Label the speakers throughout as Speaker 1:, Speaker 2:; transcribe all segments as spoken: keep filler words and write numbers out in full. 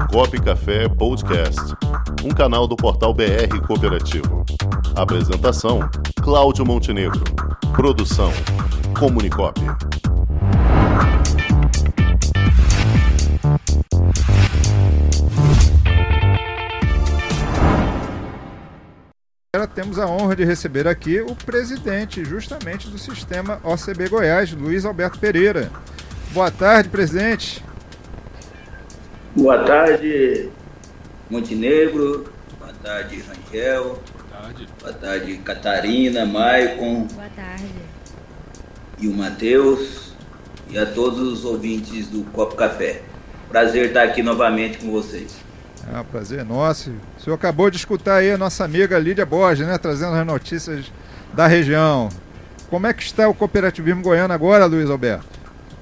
Speaker 1: Comunicop Café Podcast, um canal do portal B R Cooperativo. Apresentação, Cláudio Montenegro. Produção, Comunicop.
Speaker 2: Agora temos a honra de receber aqui o presidente justamente do Sistema O C B Goiás, Luiz Alberto Pereira. Boa tarde, presidente.
Speaker 3: Boa tarde, Montenegro. Boa tarde, Rangel.
Speaker 4: Boa tarde.
Speaker 3: Boa tarde, Catarina, Maicon.
Speaker 5: Boa tarde.
Speaker 3: E o Matheus. E a todos os ouvintes do Copo Café. Prazer estar aqui novamente com vocês.
Speaker 2: É um prazer nosso. O senhor acabou de escutar aí a nossa amiga Lídia Borges, né, trazendo as notícias da região. Como é que está o cooperativismo goiano agora, Luiz Alberto?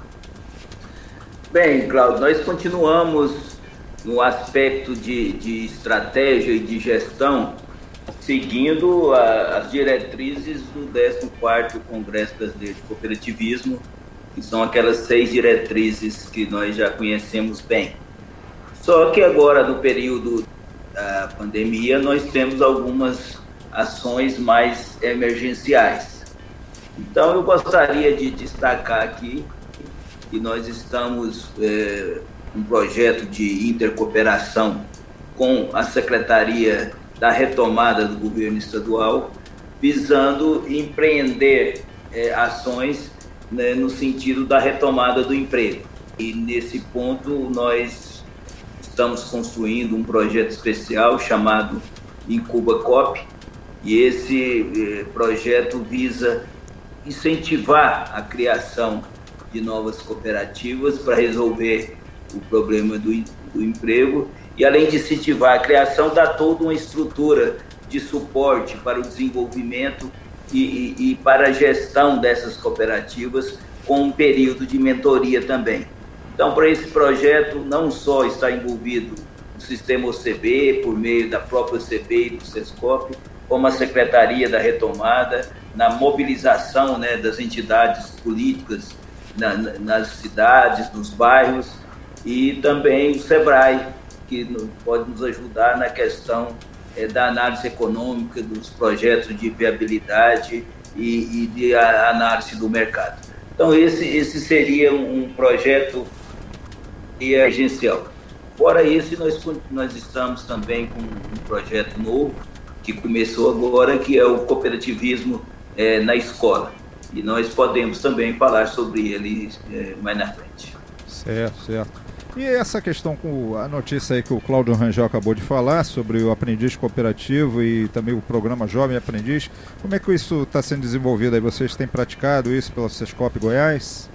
Speaker 3: Bem, Cláudio, nós continuamos no aspecto de, de estratégia e de gestão, seguindo a, as diretrizes do décimo quarto Congresso Brasileiro de Cooperativismo, que são aquelas seis diretrizes que nós já conhecemos bem. Só que agora, no período da pandemia, nós temos algumas ações mais emergenciais. Então, eu gostaria de destacar aqui que nós estamos é, um projeto de intercooperação com a Secretaria da Retomada do Governo Estadual, visando empreender é, ações, né, no sentido da retomada do emprego. E nesse ponto nós estamos construindo um projeto especial chamado Incuba Coop, e esse eh, projeto visa incentivar a criação de novas cooperativas para resolver o problema do, do emprego, e além de incentivar a criação, dá toda uma estrutura de suporte para o desenvolvimento e, e, e para a gestão dessas cooperativas, com um período de mentoria também. Então, para esse projeto, não só está envolvido o Sistema O C B, por meio da própria O C B e do SESCOP, como a Secretaria da Retomada, na mobilização, né, das entidades políticas na, nas cidades, nos bairros, e também o SEBRAE, que pode nos ajudar na questão é, da análise econômica dos projetos de viabilidade e, e de a, análise do mercado. Então, esse, esse seria um, um projeto emergencial. Fora isso, nós, nós estamos também com um projeto novo, que começou agora, que é o cooperativismo é, na escola. E nós podemos também falar sobre ele é, mais na frente.
Speaker 2: Certo, certo. E essa questão com a notícia aí que o Cláudio Rangel acabou de falar, sobre o aprendiz cooperativo e também o programa Jovem Aprendiz, como é que isso está sendo desenvolvido aí? Vocês têm praticado isso pela SESCOP Goiás?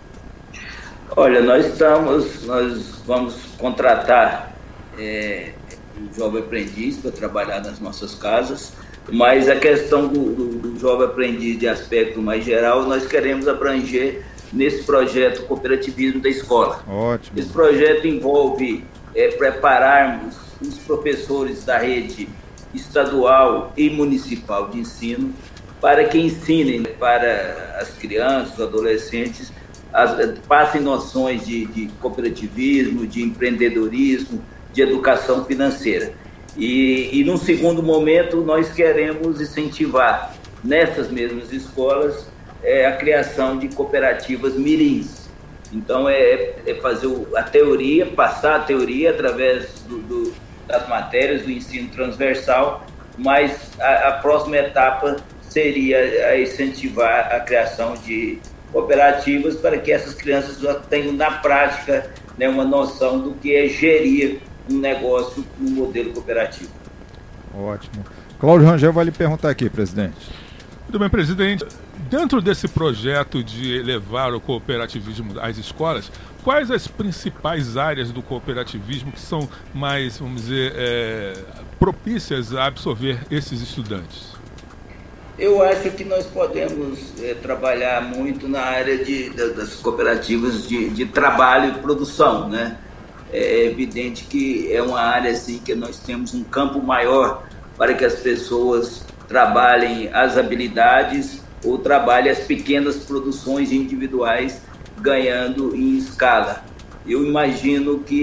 Speaker 3: Olha, nós estamos, nós vamos contratar é, o Jovem Aprendiz para trabalhar nas nossas casas, mas a questão do, do, do Jovem Aprendiz de aspecto mais geral, nós queremos abranger nesse projeto Cooperativismo da Escola.
Speaker 2: Ótimo.
Speaker 3: Esse projeto envolve é, prepararmos os professores da rede estadual e municipal de ensino para que ensinem para as crianças, os adolescentes, as, passem noções de, de cooperativismo, de empreendedorismo, de educação financeira. E, e num segundo momento, nós queremos incentivar nessas mesmas escolas é, a criação de cooperativas mirins. Então, é, é fazer a teoria, passar a teoria através do, do, das matérias do ensino transversal, mas a, a próxima etapa seria a incentivar a criação de cooperativas para que essas crianças já tenham na prática, né, uma noção do que é gerir um negócio no modelo cooperativo.
Speaker 2: Ótimo. Cláudio Rangel vai lhe perguntar aqui, presidente.
Speaker 4: Muito bem, presidente. Dentro desse projeto de levar o cooperativismo às escolas, quais as principais áreas do cooperativismo que são mais, vamos dizer, é, propícias a absorver esses estudantes?
Speaker 3: Eu acho que nós podemos é, trabalhar muito na área de, de, das cooperativas de, de trabalho e produção, né? É evidente que é uma área assim, que nós temos um campo maior para que as pessoas trabalhem as habilidades ou trabalhem as pequenas produções individuais, ganhando em escala. Eu imagino que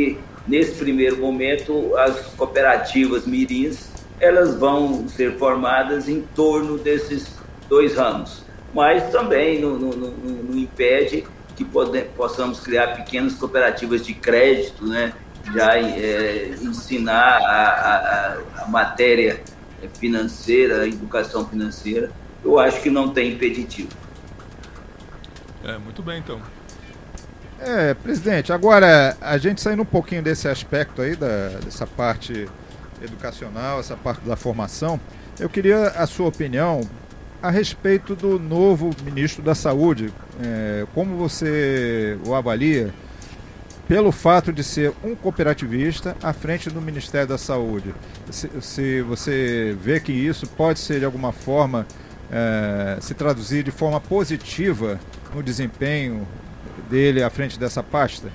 Speaker 3: nesse primeiro momento, as cooperativas mirins, elas vão ser formadas em torno desses dois ramos. Mas também não, não, não, não impede que pode, possamos criar pequenas cooperativas de crédito, né? Já é, ensinar a, a, a matéria financeira, a educação financeira. Eu acho que não tem impeditivo.
Speaker 4: É, muito bem, então.
Speaker 2: É, presidente, agora a gente saindo um pouquinho desse aspecto aí, da, dessa parte educacional, essa parte da formação, eu queria a sua opinião a respeito do novo ministro da Saúde. É, como você o avalia pelo fato de ser um cooperativista à frente do Ministério da Saúde? Se, se você vê que isso pode ser de alguma forma é, se traduzir de forma positiva no desempenho dele à frente dessa pasta?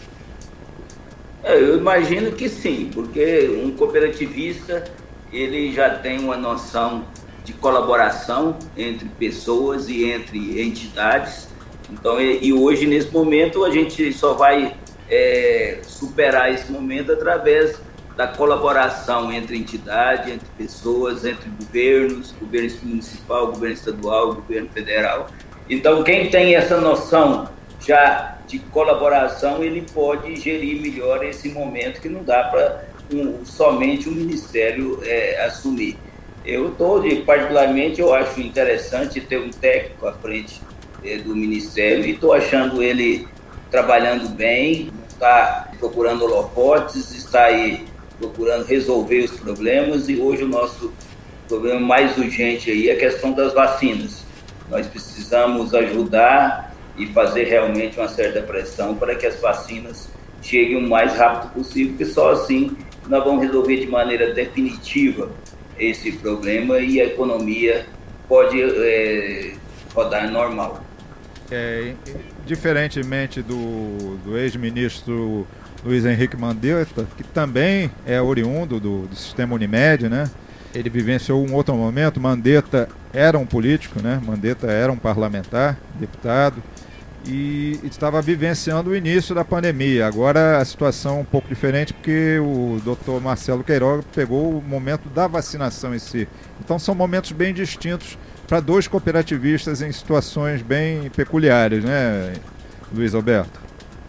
Speaker 3: É, eu imagino que sim, porque um cooperativista ele já tem uma noção de colaboração entre pessoas e entre entidades. Então, e, e hoje, nesse momento, a gente só vai é, superar esse momento através da colaboração entre entidades, entre pessoas, entre governos, governo municipal, governo estadual, governo federal. Então, quem tem essa noção já de colaboração, ele pode gerir melhor esse momento que não dá para um, somente o Ministério é, assumir. Eu estou, particularmente, eu acho interessante ter um técnico à frente é, do Ministério e estou achando ele trabalhando bem, está procurando holofotes, está aí procurando resolver os problemas, e hoje o nosso problema mais urgente aí é a questão das vacinas. Nós precisamos ajudar e fazer realmente uma certa pressão para que as vacinas cheguem o mais rápido possível, porque só assim nós vamos resolver de maneira definitiva esse problema e a economia pode é, rodar normal.
Speaker 2: É, diferentemente do, do ex-ministro Luiz Henrique Mandetta, que também é oriundo do, do sistema Unimed, né? Ele vivenciou um outro momento. Mandetta era um político, né? Mandetta era um parlamentar, deputado, e estava vivenciando o início da pandemia. Agora a situação é um pouco diferente, porque o doutor Marcelo Queiroga pegou o momento da vacinação em si. Então são momentos bem distintos para dois cooperativistas em situações bem peculiares, né, Luiz Alberto?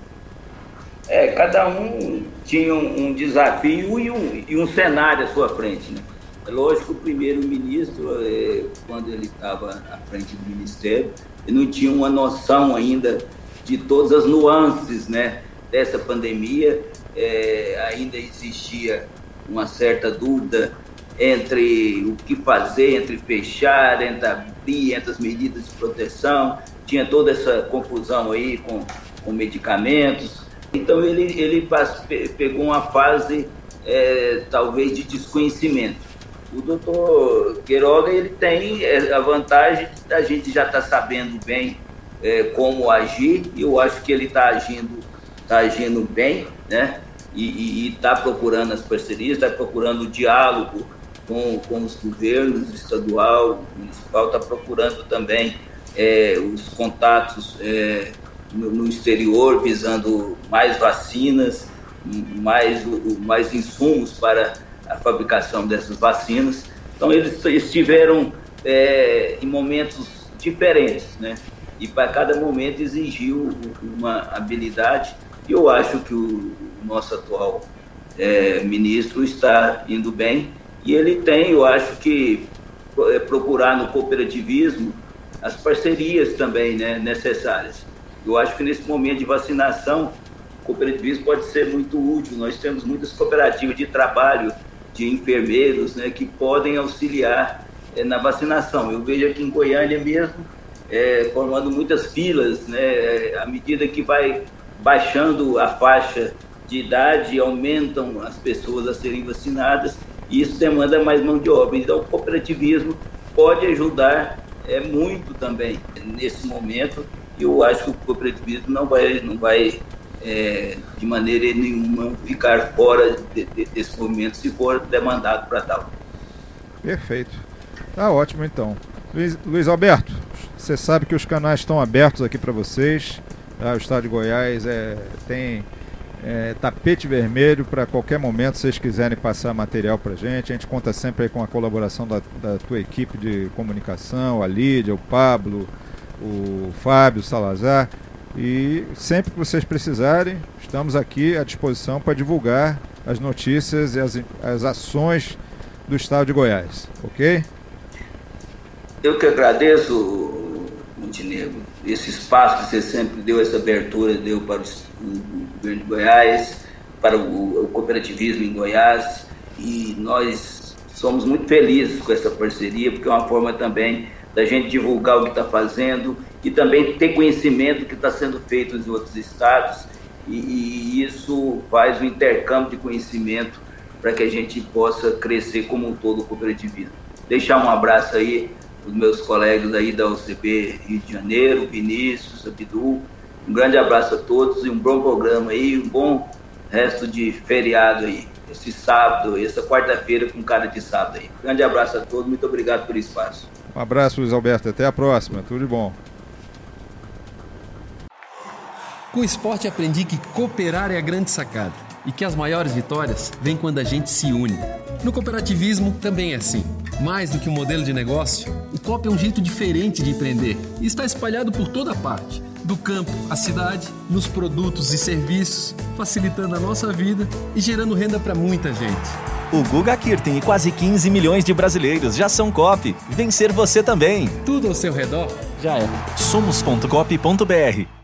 Speaker 3: É, cada um tinha um, um desafio e um, e um cenário à sua frente, né? É lógico que o primeiro-ministro, é, quando ele estava à frente do Ministério, ele não tinha uma noção ainda de todas as nuances, né, dessa pandemia. É, ainda existia uma certa dúvida entre o que fazer, entre fechar, entre abrir, entre as medidas de proteção. Tinha toda essa confusão aí com, com medicamentos. Então ele, ele pegou uma fase, é, talvez, de desconhecimento. O doutor Queiroga, ele tem a vantagem da gente já estar tá sabendo bem é, como agir, e eu acho que ele está agindo, tá agindo bem, né? E está procurando as parcerias, está procurando o diálogo com, com os governos estadual, municipal, está procurando também é, os contatos é, no, no exterior, visando mais vacinas, mais, mais insumos para a fabricação dessas vacinas. Então eles estiveram é, em momentos diferentes, né? E para cada momento exigiu uma habilidade, e eu acho que o nosso atual é, ministro está indo bem, e ele tem, eu acho que, é, procurar no cooperativismo as parcerias também, né, necessárias. Eu acho que nesse momento de vacinação, o cooperativismo pode ser muito útil. Nós temos muitas cooperativas de trabalho, de enfermeiros, né, que podem auxiliar é, na vacinação. Eu vejo aqui em Goiânia mesmo, é, formando muitas filas, né, à medida que vai baixando a faixa de idade, aumentam as pessoas a serem vacinadas, e isso demanda mais mão de obra. Então o cooperativismo pode ajudar é, muito também nesse momento, e eu acho que o cooperativismo não vai, não vai É, de maneira nenhuma ficar fora de, de, desse movimento, se for demandado para tal.
Speaker 2: Perfeito. Tá ótimo, então. Luiz, Luiz Alberto, você sabe que os canais estão abertos aqui para vocês. Tá? O Estado de Goiás é, tem é, tapete vermelho para qualquer momento vocês quiserem passar material para a gente. A gente conta sempre aí com a colaboração da, da tua equipe de comunicação, a Lídia, o Pablo, o Fábio, o Salazar. E sempre que vocês precisarem, estamos aqui à disposição para divulgar as notícias e as, as ações do Estado de Goiás, ok?
Speaker 3: Eu que agradeço, Montenegro, esse espaço que você sempre deu, essa abertura deu para o governo de Goiás, para o, o cooperativismo em Goiás, e nós somos muito felizes com essa parceria, porque é uma forma também da gente divulgar o que está fazendo e também ter conhecimento do que está sendo feito em outros estados, e, e isso faz um intercâmbio de conhecimento para que a gente possa crescer como um todo o cooperativismo. Deixar um abraço aí os meus colegas aí da O C B Rio de Janeiro, Vinícius, Abdu, um grande abraço a todos e um bom programa aí, um bom resto de feriado aí, esse sábado, essa quarta-feira com cara de sábado aí. Grande abraço a todos, muito obrigado pelo espaço.
Speaker 2: Um abraço, Luiz Alberto, até a próxima, tudo de bom.
Speaker 5: Com o esporte aprendi que cooperar é a grande sacada e que as maiores vitórias vêm quando a gente se une. No cooperativismo também é assim. Mais do que um modelo de negócio, o coop é um jeito diferente de empreender e está espalhado por toda parte, do campo à cidade, nos produtos e serviços, facilitando a nossa vida e gerando renda para muita gente.
Speaker 6: O Guga Kirten e quase quinze milhões de brasileiros já são coop. Vencer você também.
Speaker 5: Tudo ao seu redor já é.
Speaker 6: Somos ponto coop ponto br